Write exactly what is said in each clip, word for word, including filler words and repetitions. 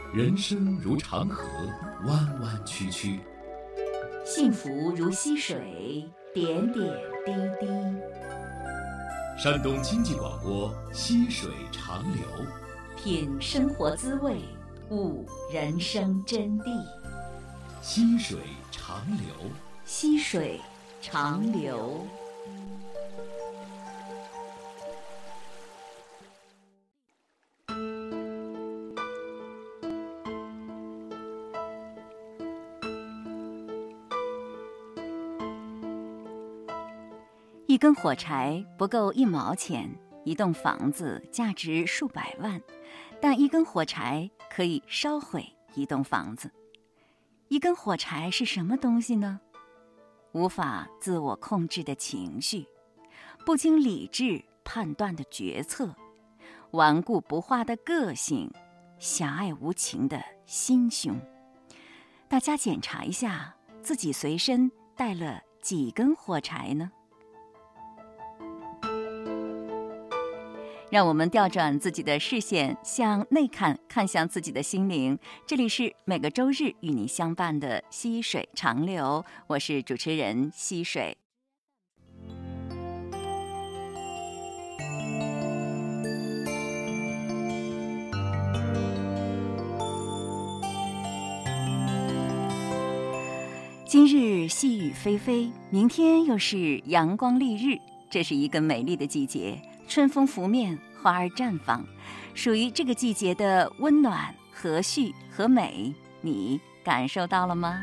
人生如长河，弯弯曲曲； 幸福如溪水，点点滴滴。 山东经济广播，溪水长流， 品生活滋味，悟人生真谛。 溪水长流， 溪水长流。一根火柴不够一毛钱，一栋房子价值数百万，但一根火柴可以烧毁一栋房子。一根火柴是什么东西呢？无法自我控制的情绪，不经理智判断的决策，顽固不化的个性，狭隘无情的心胸。大家检查一下，自己随身带了几根火柴呢？让我们调转自己的视线，向内看，看向自己的心灵。这里是每个周日与您相伴的溪水长流，我是主持人溪水。今日细雨霏霏，明天又是阳光丽日，这是一个美丽的季节。春风拂面，花儿绽放，属于这个季节的温暖、和煦和美，你感受到了吗？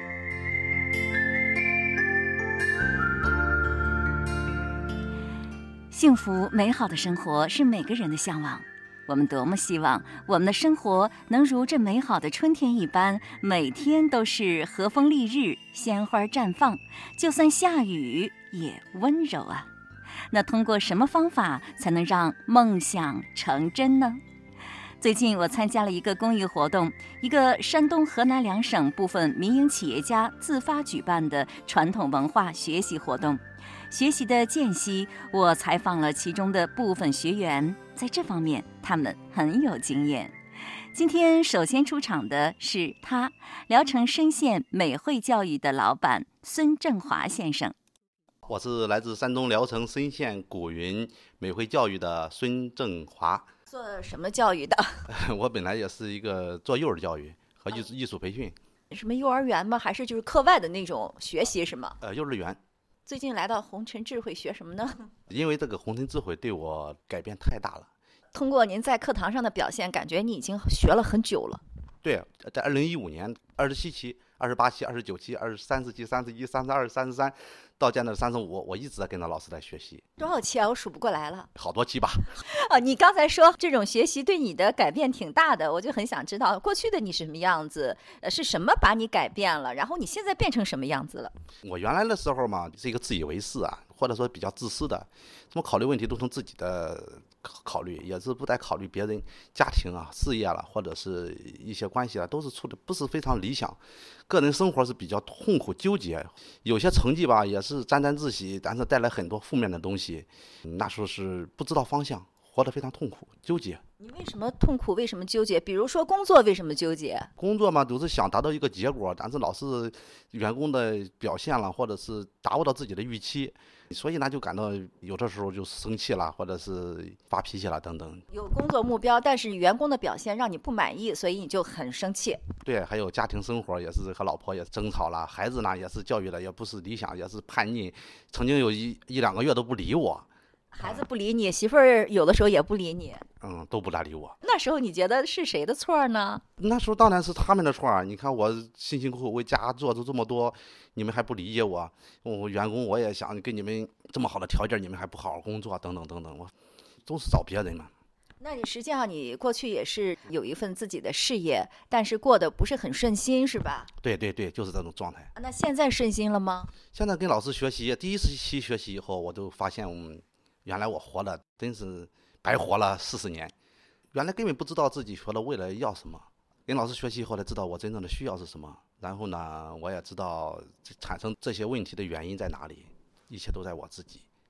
幸福美好的生活是每个人的向往，我们多么希望我们的生活能如这美好的春天一般，每天都是和风丽日，鲜花绽放，就算下雨也温柔啊。那通过什么方法才能让梦想成真呢？最近我参加了一个公益活动，一个山东、河南两省部分民营企业家自发举办的传统文化学习活动。学习的间隙，我采访了其中的部分学员，在这方面他们很有经验。今天首先出场的是他，聊城深县美汇教育的老板孙正华先生。 我是来自山东聊城深县古云美汇教育的孙正华。 做什么教育的？ 我本来也是一个做幼儿教育和艺术艺术培训。 什么幼儿园吗？还是就是课外的那种学习是吗？ 呃，幼儿园。 最近来到红尘智慧学什么呢？ 因为这个红尘智慧对我改变太大了。 通过您在课堂上的表现，感觉你已经学了很久了。 对，在二零一五年二十七期、二十八期、二十九期、二十三十期、三十一、三十二、三十三，到现在三十五，我一直在跟着老师在学习。 多少期啊？我数不过来了。 好多期吧。 啊，你刚才说这种学习对你的改变挺大的，我就很想知道过去的你是什么样子，呃，是什么把你改变了？然后你现在变成什么样子了？ 我原来的时候嘛，是一个自以为是啊，或者说比较自私的，什么考虑问题都从自己的考虑，也是不再考虑别人家庭啊、事业了，或者是一些关系啊，都是处的不是非常理想。个人生活是比较痛苦纠结，有些成绩吧也是沾沾自喜，但是带来很多负面的东西。那时候是不知道方向，活得非常痛苦纠结。 你为什么痛苦？为什么纠结？比如说工作为什么纠结？ 工作嘛，都是想达到一个结果，但是老是员工的表现了，或者是达不到自己的预期，所以呢就感到有的时候就生气了，或者是发脾气了等等。 有工作目标，但是员工的表现让你不满意，所以你就很生气。 对，还有家庭生活也是和老婆也争吵了，孩子呢也是教育的也不是理想，也是叛逆，曾经有一一两个月都不理我。 孩子不理你，媳妇儿有的时候也不理你， 嗯，都不大理我。 那时候你觉得是谁的错呢？ 那时候当然是他们的错。你看我辛辛苦苦为家做出这么多，你们还不理解我。我员工我也想给你们这么好的条件，你们还不好好工作，等等等等，我都是找别人嘛。 那你实际上你过去也是有一份自己的事业，但是过得不是很顺心，是吧？ 对对对，就是这种状态。 那现在顺心了吗？ 现在跟老师学习，第一期学习以后，我就发现我们。原来我活了真是白活了四十年，原来根本不知道自己学了为了要什么。跟老师学习以后才知道我真正的需要是什么，然后呢，我也知道产生这些问题的原因在哪里，一切都在我自己。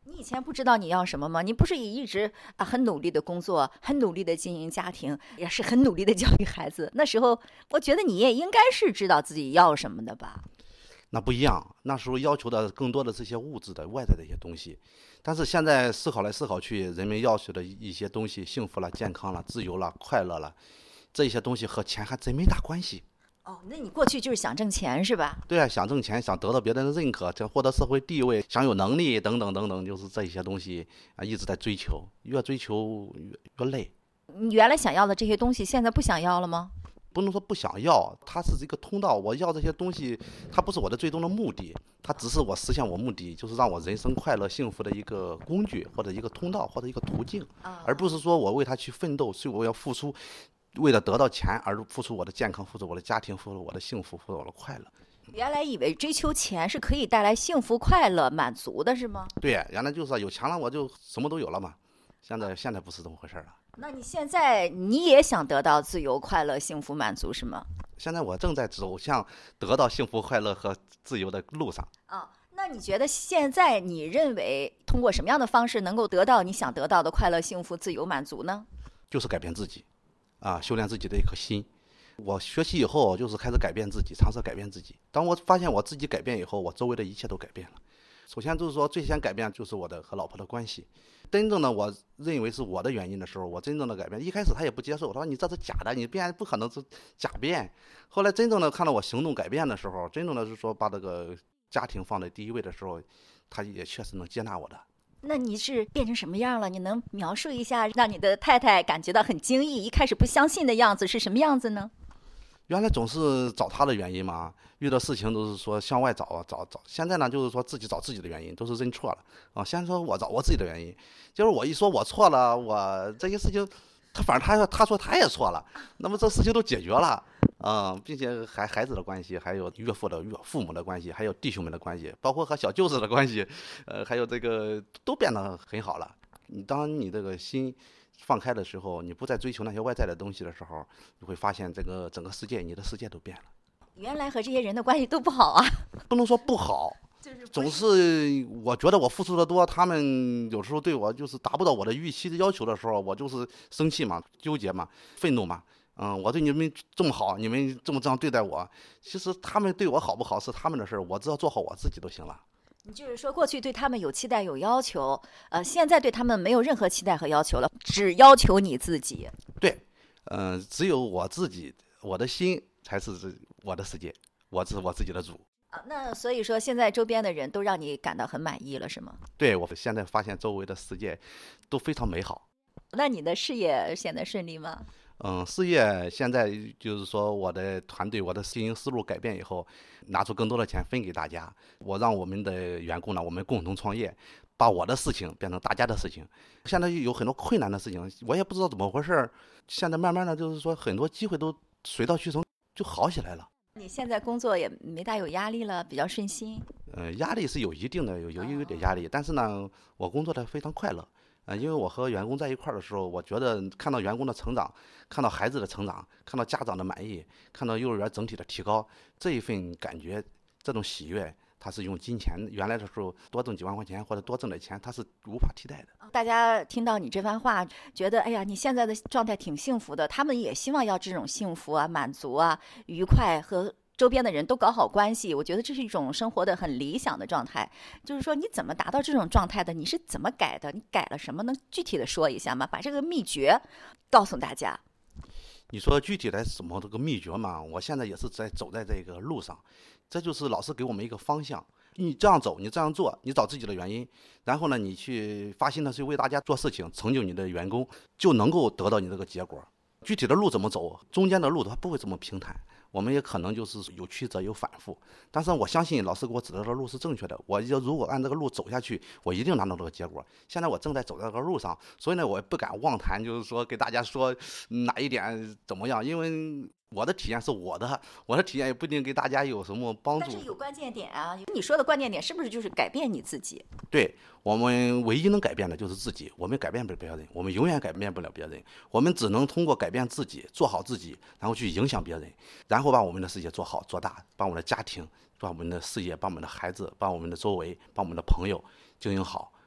你以前不知道你要什么吗？你不是也一直啊很努力的工作，很努力的经营家庭，也是很努力的教育孩子。那时候我觉得你也应该是知道自己要什么的吧？ 那不一样，那时候要求的更多的这些物质的外在的一些东西，但是现在思考来思考去，人们要求的一些东西，幸福了、健康了、自由了、快乐了，这些东西和钱还真没大关系。 哦，那你过去就是想挣钱是吧？ 对啊，想挣钱，想得到别人的认可，想获得社会地位，想有能力等等等等，就是这些东西啊，一直在追求，越追求越越累。 你原来想要的这些东西，现在不想要了吗？ 不能说不想要，它是一个通道。我要这些东西，它不是我的最终的目的，它只是我实现我目的，就是让我人生快乐幸福的一个工具，或者一个通道，或者一个途径，而不是说我为它去奋斗，所以我要付出。为了得到钱而付出我的健康，付出我的家庭，付出我的幸福，付出我的快乐。 原来以为追求钱是可以带来幸福、快乐、满足的，是吗？ 对，原来就是有钱了我就什么都有了嘛。现在现在不是这么回事了。 那你现在你也想得到自由、快乐、幸福、满足是吗？ 现在我正在走向得到幸福、快乐和自由的路上。 哦，那你觉得现在你认为通过什么样的方式能够得到你想得到的快乐、幸福、自由、满足呢？ 就是改变自己。啊，修炼自己的一颗心。我学习以后就是开始改变自己，尝试改变自己。当我发现我自己改变以后，我周围的一切都改变了。首先就是说，最先改变就是我的和老婆的关系。真正的我认为是我的原因的时候，我真正的改变，一开始他也不接受，他说你这是假的，你变不可能是假变。后来真正的看到我行动改变的时候，真正的是说把这个家庭放在第一位的时候，他也确实能接纳我的。 那你是变成什么样了？你能描述一下，让你的太太感觉到很惊异，一开始不相信的样子是什么样子呢？ 原来总是找他的原因嘛，遇到事情都是说向外找啊找找。现在呢，就是说自己找自己的原因，都是认错了啊。先说我找我自己的原因，就是我一说我错了，我这些事情，他反正他他说他也错了，那么这事情都解决了。嗯，并且还孩子的关系，还有岳父的岳父母的关系，还有弟兄们的关系，包括和小舅子的关系，呃，还有这个都变得很好了。你当你这个心放开的时候，你不再追求那些外在的东西的时候，你会发现这个整个世界，你的世界都变了。 原来和这些人的关系都不好啊？ 不能说不好，就是总是我觉得我付出的多，他们有时候对我就是达不到我的预期的要求的时候，我就是生气嘛，纠结嘛，愤怒嘛。嗯，我对你们这么好，你们这么这样对待我，其实他们对我好不好是他们的事儿，我只要做好我自己都行了。 你就是说，过去对他们有期待有要求，呃，现在对他们没有任何期待和要求了，只要求你自己。 对，嗯、呃，只有我自己，我的心才是我的世界，我是我自己的主。 啊，那所以说，现在周边的人都让你感到很满意了，是吗？ 对，我现在发现周围的世界都非常美好。 那你的事业现在顺利吗？ 嗯，事业现在就是说，我的团队，我的经营思路改变以后，拿出更多的钱分给大家。我让我们的员工呢，我们共同创业，把我的事情变成大家的事情。现在有很多困难的事情，我也不知道怎么回事。现在慢慢的就是说，很多机会都水到渠成，就好起来了。 你现在工作也没大有压力了，比较顺心。 呃，压力是有一定的，有有有点压力，但是呢，我工作的非常快乐。呃，因为我和员工在一块儿的时候，我觉得看到员工的成长，看到孩子的成长，看到家长的满意，看到幼儿园整体的提高，这一份感觉，这种喜悦，它是用金钱，原来的时候多挣几万块钱或者多挣点钱，它是无法替代的。 大家听到你这番话，觉得哎呀，你现在的状态挺幸福的，他们也希望要这种幸福啊、满足啊、愉快和周边的人都搞好关系，我觉得这是一种生活的很理想的状态。就是说，你怎么达到这种状态的？你是怎么改的？你改了什么？能具体的说一下吗？把这个秘诀告诉大家。 你说具体的什么这个秘诀嘛？我现在也是在走在这个路上，这就是老师给我们一个方向。你这样走，你这样做，你找自己的原因，然后呢，你去发心的去为大家做事情，成就你的员工，就能够得到你这个结果。具体的路怎么走，中间的路它不会这么平坦。我们也可能就是有曲折有反复，但是我相信老师给我指的这个路是正确的。我要如果按这个路走下去，我一定拿到这个结果。现在我正在走在这个路上，所以呢，我也不敢妄谈，就是说给大家说哪一点怎么样，因为我的体验是我的，我的体验也不一定给大家有什么帮助。 但是有关键点啊，你说的关键点是不是就是改变你自己？ 对，我们唯一能改变的就是自己，我们改变不了别人，我们永远改变不了别人，我们只能通过改变自己，做好自己，然后去影响别人，然后把我们的世界做好做大，把我们的家庭，把我们的事业，把我们的孩子，把我们的周围，把我们的朋友经营好，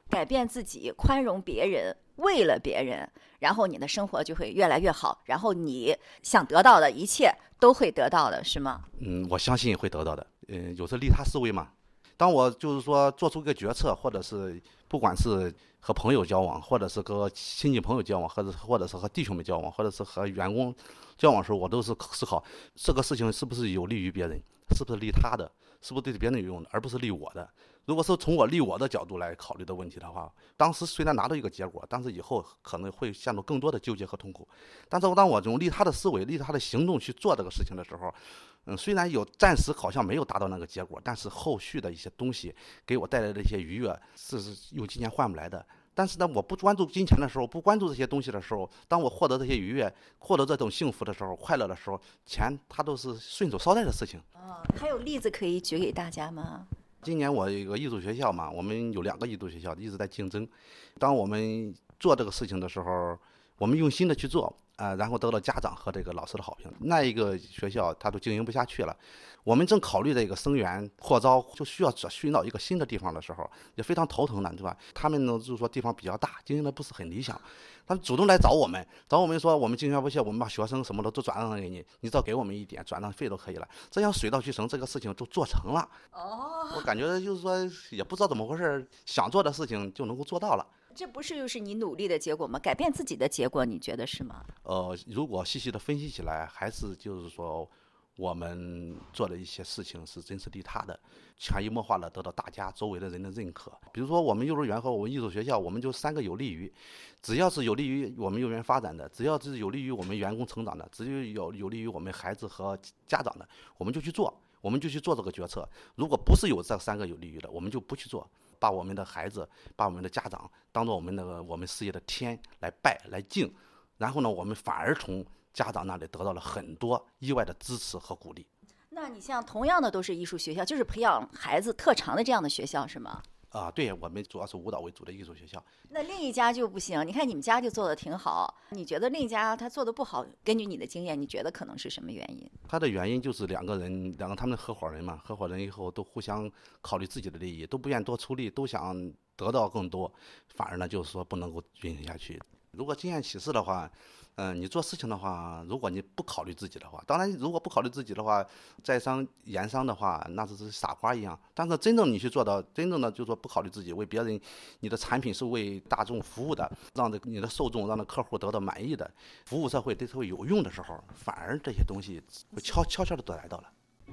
改变自己，宽容别人，为了别人，然后你的生活就会越来越好，然后你想得到的一切都会得到的，是吗？ 嗯，我相信会得到的。嗯，有时利他思维嘛。当我就是说做出一个决策，或者是不管是和朋友交往，或者是和亲戚朋友交往，或者或者是和弟兄们交往，或者是和员工交往的时候，我都是思考这个事情是不是有利于别人，是不是利他的，是不是对别人有用的，而不是利我的。如果是从我利我的角度来考虑的问题的话，当时虽然拿到一个结果，但是以后可能会陷入更多的纠结和痛苦。但是当我用利他的思维、利他的行动去做这个事情的时候，嗯，虽然有暂时好像没有达到那个结果，但是后续的一些东西给我带来的一些愉悦是用金钱换不来的。但是呢，我不关注金钱的时候，不关注这些东西的时候，当我获得这些愉悦、获得这种幸福的时候、快乐的时候，钱它都是顺手捎带的事情。 哦，还有例子可以举给大家吗？ 今年我有一个艺术学校嘛，我们有两个艺术学校一直在竞争。当我们做这个事情的时候，我们用心的去做啊、呃，然后得到家长和这个老师的好评。那一个学校它都经营不下去了，我们正考虑这个生源扩招，就需要寻找一个新的地方的时候，也非常头疼的，对吧？他们呢就是说地方比较大，经营的不是很理想，他们主动来找我们，找我们说我们经营不下，我们把学生什么的都转让给你，你只要给我们一点转让费都可以了。这样水到渠成，这个事情就做成了。 哦， 我感觉就是说也不知道怎么回事，想做的事情就能够做到了。 这不是就是你努力的结果吗？改变自己的结果，你觉得是吗？ 呃，如果细细的分析起来，还是就是说我们做的一些事情是真实利他的，潜移默化的得到大家周围的人的认可。比如说我们幼儿园和我们艺术学校，我们就三个有利于，只要是有利于我们幼儿园发展的，只要是有利于我们员工成长的，只有有有利于我们孩子和家长的，我们就去做，我们就去做这个决策。如果不是有这三个有利于的，我们就不去做。把我们的孩子，把我们的家长当做我们的我们事业的天来拜来敬，然后呢，我们反而从家长那里得到了很多意外的支持和鼓励。 那你像同样的都是艺术学校，就是培养孩子特长的这样的学校是吗？ 啊，对，我们主要是舞蹈为主的艺术学校。 那另一家就不行，你看你们家就做的挺好，你觉得另一家他做的不好，根据你的经验，你觉得可能是什么原因？ 他的原因就是两个人，两个他们的合伙人嘛，合伙人以后都互相考虑自己的利益，都不愿多出力，都想得到更多，反而呢就是说不能够运行下去。如果经验启示的话，嗯、呃，你做事情的话，如果你不考虑自己的话，当然如果不考虑自己的话，在商言商的话，那就是傻瓜一样。但是真正你去做到，真正的就是说不考虑自己，为别人，你的产品是为大众服务的，让这你的受众，让的客户得到满意的，服务社会对社会有用的时候，反而这些东西会悄悄悄的都来到了。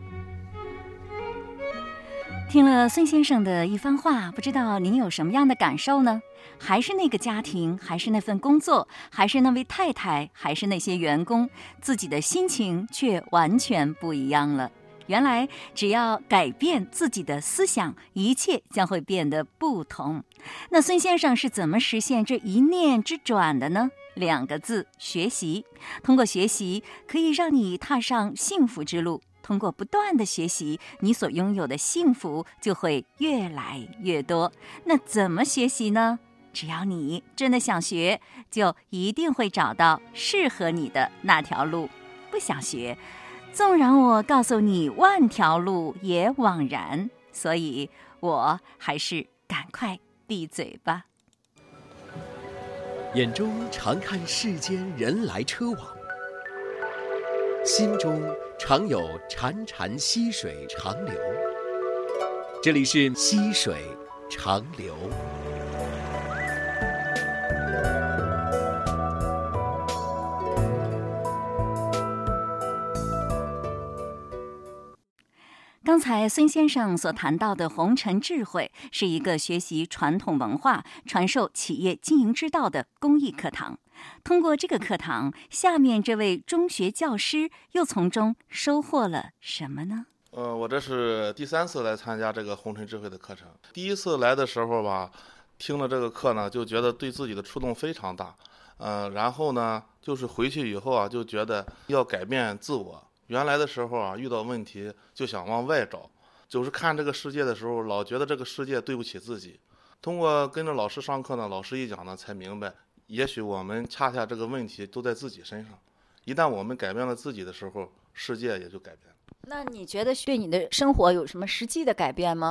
听了孙先生的一番话，不知道您有什么样的感受呢？还是那个家庭，还是那份工作，还是那位太太，还是那些员工，自己的心情却完全不一样了。原来只要改变自己的思想，一切将会变得不同。那孙先生是怎么实现这一念之转的呢？两个字：学习。通过学习，可以让你踏上幸福之路。通过不断的学习，你所拥有的幸福就会越来越多。那怎么学习呢？只要你真的想学，就一定会找到适合你的那条路。不想学，纵然我告诉你万条路也枉然。所以我还是赶快闭嘴吧。 眼中常看世间人来车往，心中常有潺潺溪水长流。这里是溪水长流。 刚才孙先生所谈到的红尘智慧，是一个学习传统文化、传授企业经营之道的公益课堂。通过这个课堂，下面这位中学教师又从中收获了什么呢？ 呃，我这是第三次来参加这个红尘智慧的课程。第一次来的时候吧，听了这个课呢，就觉得对自己的触动非常大。呃，然后呢，就是回去以后啊，就觉得要改变自我。原来的时候啊，遇到问题就想往外找，就是看这个世界的时候，老觉得这个世界对不起自己。通过跟着老师上课呢，老师一讲呢，才明白，也许我们恰恰这个问题都在自己身上。一旦我们改变了自己的时候，世界也就改变了。 那你觉得对你的生活有什么实际的改变吗？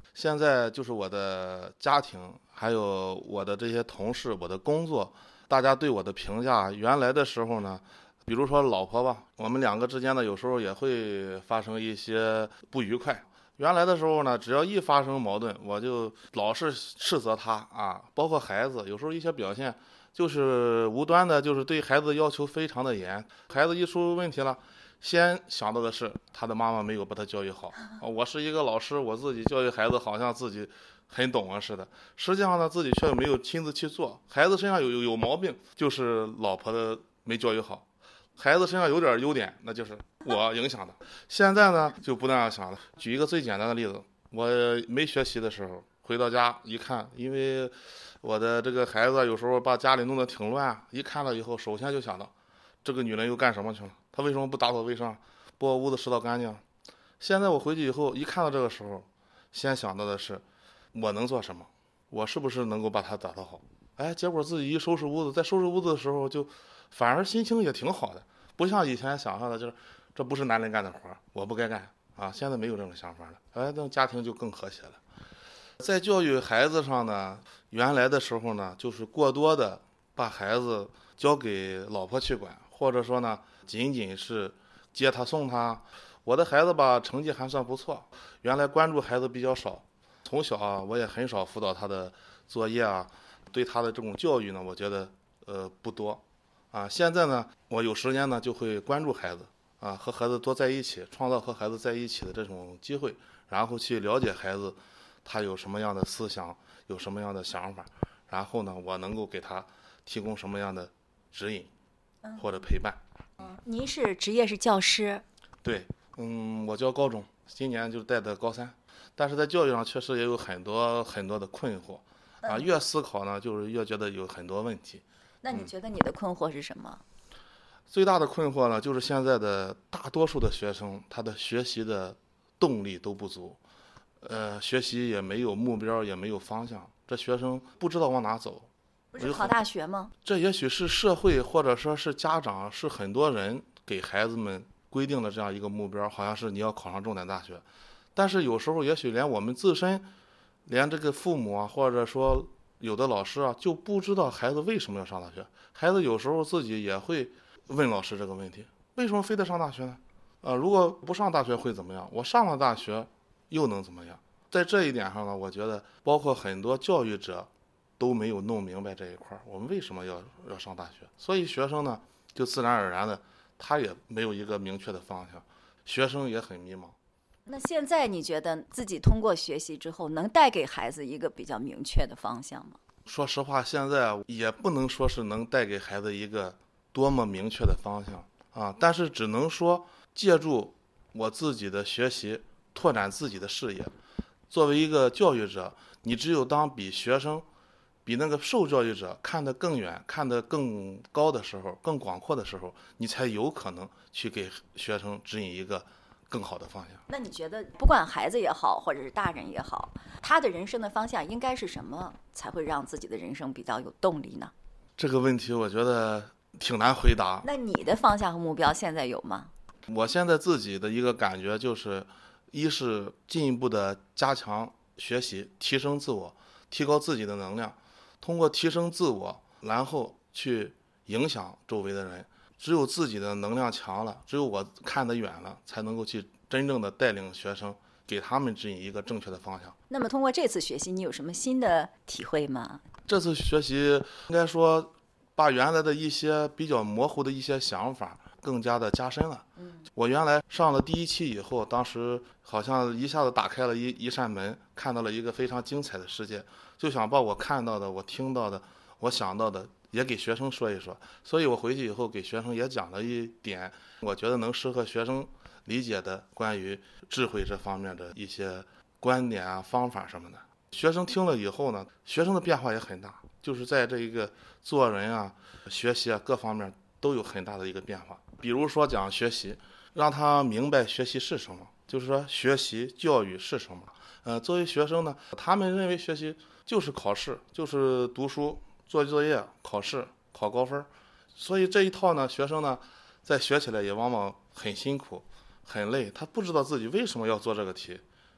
现在就是我的家庭，还有我的这些同事，我的工作，大家对我的评价，原来的时候呢，比如说老婆吧，我们两个之间呢，有时候也会发生一些不愉快。原来的时候呢，只要一发生矛盾，我就老是斥责他啊，包括孩子，有时候一些表现就是无端的，就是对孩子要求非常的严。孩子一出问题了，先想到的是他的妈妈没有把他教育好。我是一个老师，我自己教育孩子好像自己很懂啊似的，实际上呢，自己却没有亲自去做。孩子身上有有有毛病，就是老婆的没教育好。孩子身上有点优点，那就是我影响的。现在呢，就不那样想了。举一个最简单的例子，我没学习的时候，回到家一看，因为我的这个孩子有时候把家里弄得挺乱，一看了以后，首先就想到，这个女人又干什么去了？她为什么不打扫卫生，不把屋子拾到干净？现在我回去以后，一看到这个时候，先想到的是，我能做什么？我是不是能够把它打扫好？哎，结果自己一收拾屋子，在收拾屋子的时候就。反而心情也挺好的，不像以前想象的，就是这不是男人干的活，我不该干啊。现在没有这种想法了，哎，那家庭就更和谐了。在教育孩子上呢，原来的时候呢，就是过多的把孩子交给老婆去管，或者说呢，仅仅是接他送他。我的孩子吧，成绩还算不错，原来关注孩子比较少，从小啊，我也很少辅导他的作业啊，对他的这种教育呢，我觉得呃不多。啊，现在呢，我有时间呢就会关注孩子，啊，和孩子多在一起，创造和孩子在一起的这种机会，然后去了解孩子，他有什么样的思想，有什么样的想法，然后呢，我能够给他提供什么样的指引或者陪伴。 嗯，您是职业是教师？ 对，嗯，我教高中，今年就带的高三，但是在教育上确实也有很多很多的困惑，啊，越思考呢，就是越觉得有很多问题。 那你觉得你的困惑是什么？ 嗯、最大的困惑呢，就是现在的大多数的学生，他的学习的动力都不足，呃，学习也没有目标，也没有方向，这学生不知道往哪走。 不是考大学吗？ 这也许是社会或者说是家长，是很多人给孩子们规定的这样一个目标，好像是你要考上重点大学。但是有时候也许连我们自身，连这个父母啊，或者说有的老师啊，就不知道孩子为什么要上大学。孩子有时候自己也会问老师这个问题：为什么非得上大学呢？啊，如果不上大学会怎么样？我上了大学又能怎么样？在这一点上呢，我觉得包括很多教育者都没有弄明白这一块，我们为什么要要上大学？所以学生呢，就自然而然的，他也没有一个明确的方向，学生也很迷茫。 那现在你觉得自己通过学习之后，能带给孩子一个比较明确的方向吗？ 说实话，现在也不能说是能带给孩子一个多么明确的方向啊，但是只能说借助我自己的学习，拓展自己的视野。作为一个教育者，你只有当比学生、比那个受教育者看得更远、看得更高的时候、更广阔的时候，你才有可能去给学生指引一个更好的方向。 那你觉得，不管孩子也好，或者是大人也好，他的人生的方向应该是什么，才会让自己的人生比较有动力呢？ 这个问题我觉得挺难回答。 那你的方向和目标现在有吗？ 我现在自己的一个感觉就是，一是进一步的加强学习，提升自我，提高自己的能量，通过提升自我，然后去影响周围的人。只有自己的能量强了，只有我看得远了，才能够去真正的带领学生，给他们指引一个正确的方向。 那么通过这次学习，你有什么新的体会吗？ 这次学习应该说把原来的一些比较模糊的一些想法更加的加深了。嗯，我原来上了第一期以后，当时好像一下子打开了一一扇门，看到了一个非常精彩的世界，就想把我看到的、我听到的、我想到的也给学生说一说。所以我回去以后给学生也讲了一点我觉得能适合学生理解的关于智慧这方面的一些观点啊、方法什么的。学生听了以后呢，学生的变化也很大，就是在这一个做人啊、学习啊各方面都有很大的一个变化。比如说讲学习，让他明白学习是什么，就是说学习教育是什么。呃，作为学生呢，他们认为学习就是考试，就是读书、做作业、考试、考高分，所以这一套呢，学生呢在学起来也往往很辛苦、很累，他不知道自己为什么要做这个题。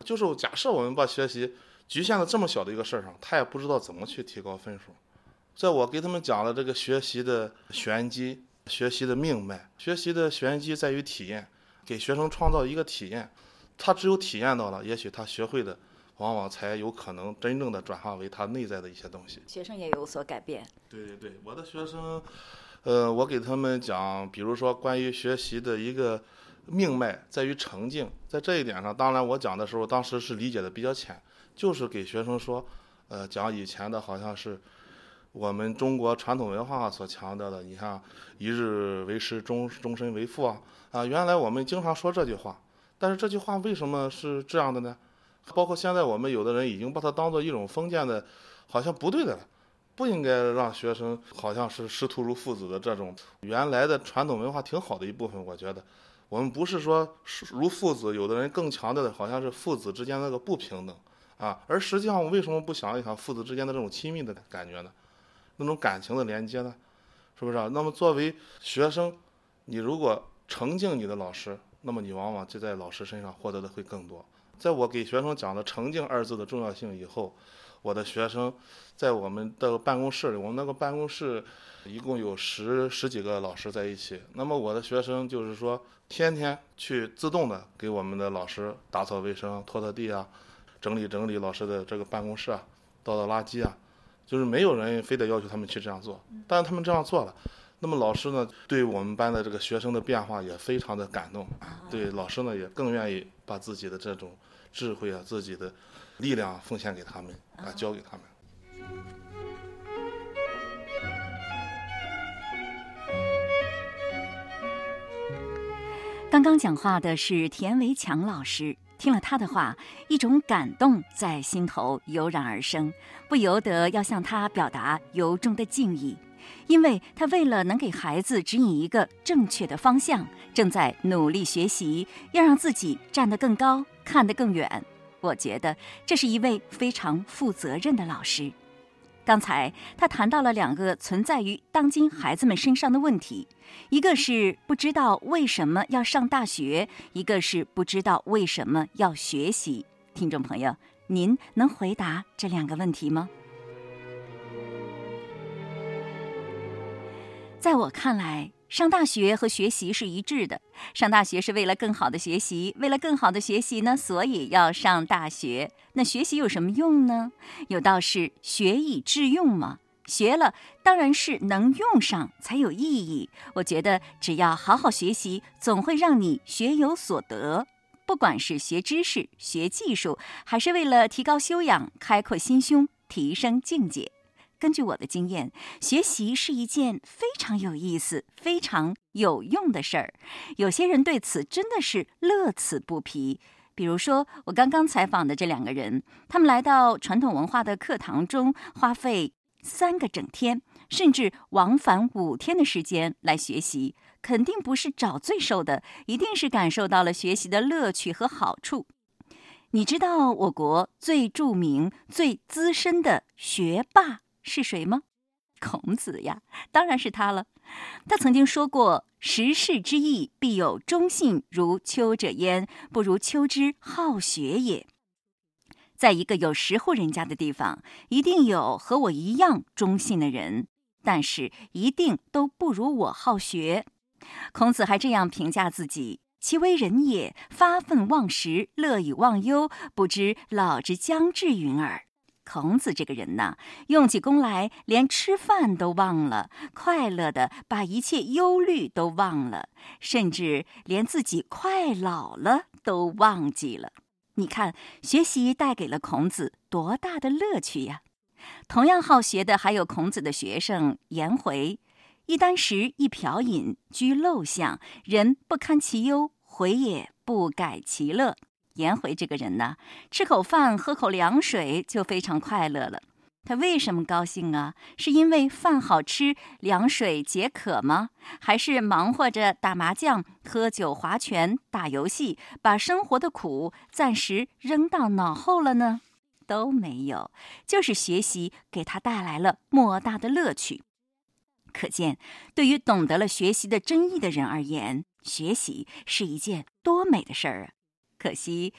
就是假设我们把学习局限在这么小的一个事儿上，他也不知道怎么去提高分数。在我给他们讲了这个学习的玄机、学习的命脉，学习的玄机在于体验，给学生创造一个体验，他只有体验到了，也许他学会的往往才有可能真正的转化为他内在的一些东西， 学生也有所改变。 对对对，我的学生，呃，我给他们讲，比如说关于学习的一个命脉在于沉静，在这一点上，当然我讲的时候，当时是理解的比较浅，就是给学生说，呃，讲以前的好像是我们中国传统文化所强调的，你看一日为师，终终身为父啊，啊，原来我们经常说这句话，但是这句话为什么是这样的呢？包括现在我们有的人已经把它当做一种封建的，好像不对的了，不应该让学生好像是师徒如父子的这种原来的传统文化挺好的一部分。我觉得我们不是说如父子，有的人更强调的好像是父子之间那个不平等啊，而实际上我为什么不想一想父子之间的这种亲密的感觉呢？那种感情的连接呢？是不是啊？那么作为学生，你如果崇敬你的老师，那么你往往就在老师身上获得的会更多。在我给学生讲了崇敬二字的重要性以后，我的学生在我们的办公室里，我们那个办公室一共有十十几个老师在一起，那么我的学生就是说天天去自动的给我们的老师打扫卫生、拖拖地啊，整理整理老师的这个办公室啊，倒倒垃圾啊，就是没有人非得要求他们去这样做，但是他们这样做了，那么老师呢对我们班的这个学生的变化也非常的感动，对老师呢也更愿意把自己的这种智慧啊、自己的力量奉献给他们啊，教给他们。 刚刚讲话的是田维强老师，听了他的话，一种感动在心头油然而生，不由得要向他表达由衷的敬意。因为他为了能给孩子指引一个正确的方向，正在努力学习，要让自己站得更高，看得更远。我觉得这是一位非常负责任的老师。刚才他谈到了两个存在于当今孩子们身上的问题，一个是不知道为什么要上大学，一个是不知道为什么要学习。听众朋友，您能回答这两个问题吗？在我看来，上大学和学习是一致的。上大学是为了更好的学习，为了更好的学习呢，所以要上大学。那学习有什么用呢？有道是学以致用嘛，学了当然是能用上才有意义。我觉得只要好好学习，总会让你学有所得。不管是学知识、学技术，还是为了提高修养、开阔心胸、提升境界。根据我的经验，学习是一件非常有意思、非常有用的事儿。有些人对此真的是乐此不疲。比如说，我刚刚采访的这两个人，他们来到传统文化的课堂中，花费三个整天，甚至往返五天的时间来学习，肯定不是找罪受的，一定是感受到了学习的乐趣和好处。你知道我国最著名、最资深的学霸是谁吗？孔子呀，当然是他了。他曾经说过，时事之义，必有忠信如丘者焉，不如丘之好学也。在一个有十户人家的地方，一定有和我一样忠信的人，但是一定都不如我好学。孔子还这样评价自己，其为人也，发愤忘食，乐以忘忧，不知老之将至云耳。孔子这个人呐，用起功来连吃饭都忘了，快乐的把一切忧虑都忘了，甚至连自己快老了都忘记了。你看，学习带给了孔子多大的乐趣呀！同样好学的还有孔子的学生颜回，一箪食，一瓢饮，居陋巷，人不堪其忧，回也不改其乐。颜回这个人呢，吃口饭喝口凉水就非常快乐了。他为什么高兴啊？是因为饭好吃，凉水解渴吗？还是忙活着打麻将、喝酒、划拳、打游戏，把生活的苦暂时扔到脑后了呢？都没有，就是学习给他带来了莫大的乐趣。可见，对于懂得了学习的真意的人而言，学习是一件多美的事儿啊！可惜，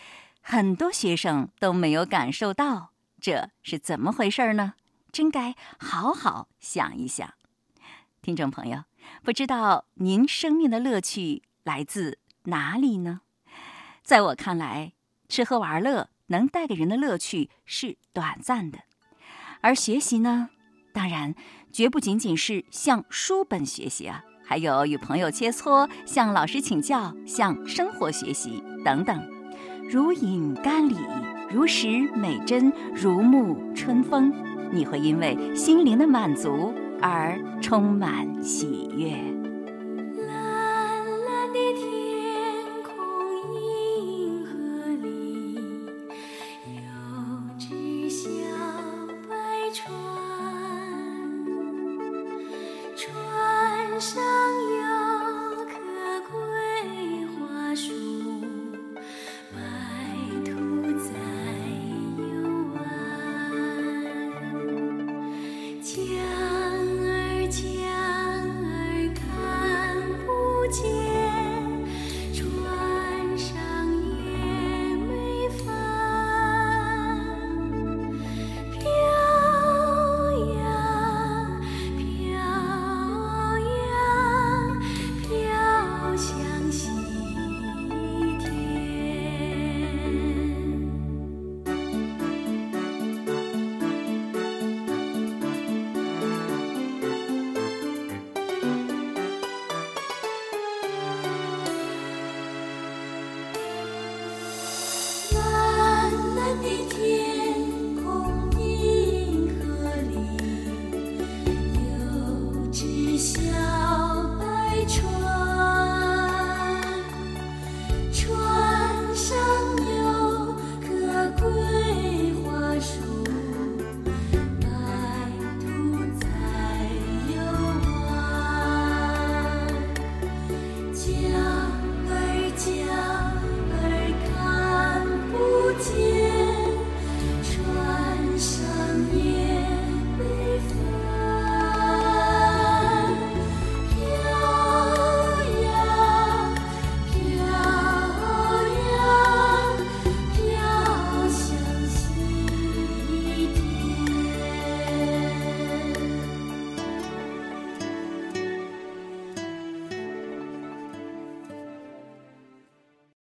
很多学生都没有感受到，这是怎么回事呢？真该好好想一想。听众朋友，不知道您生命的乐趣来自哪里呢？在我看来，吃喝玩乐能带给人的乐趣是短暂的，而学习呢，当然绝不仅仅是向书本学习啊，还有与朋友切磋，向老师请教，向生活学习等等。如饮甘醴，如食美珍，如沐春风，你会因为心灵的满足而充满喜悦。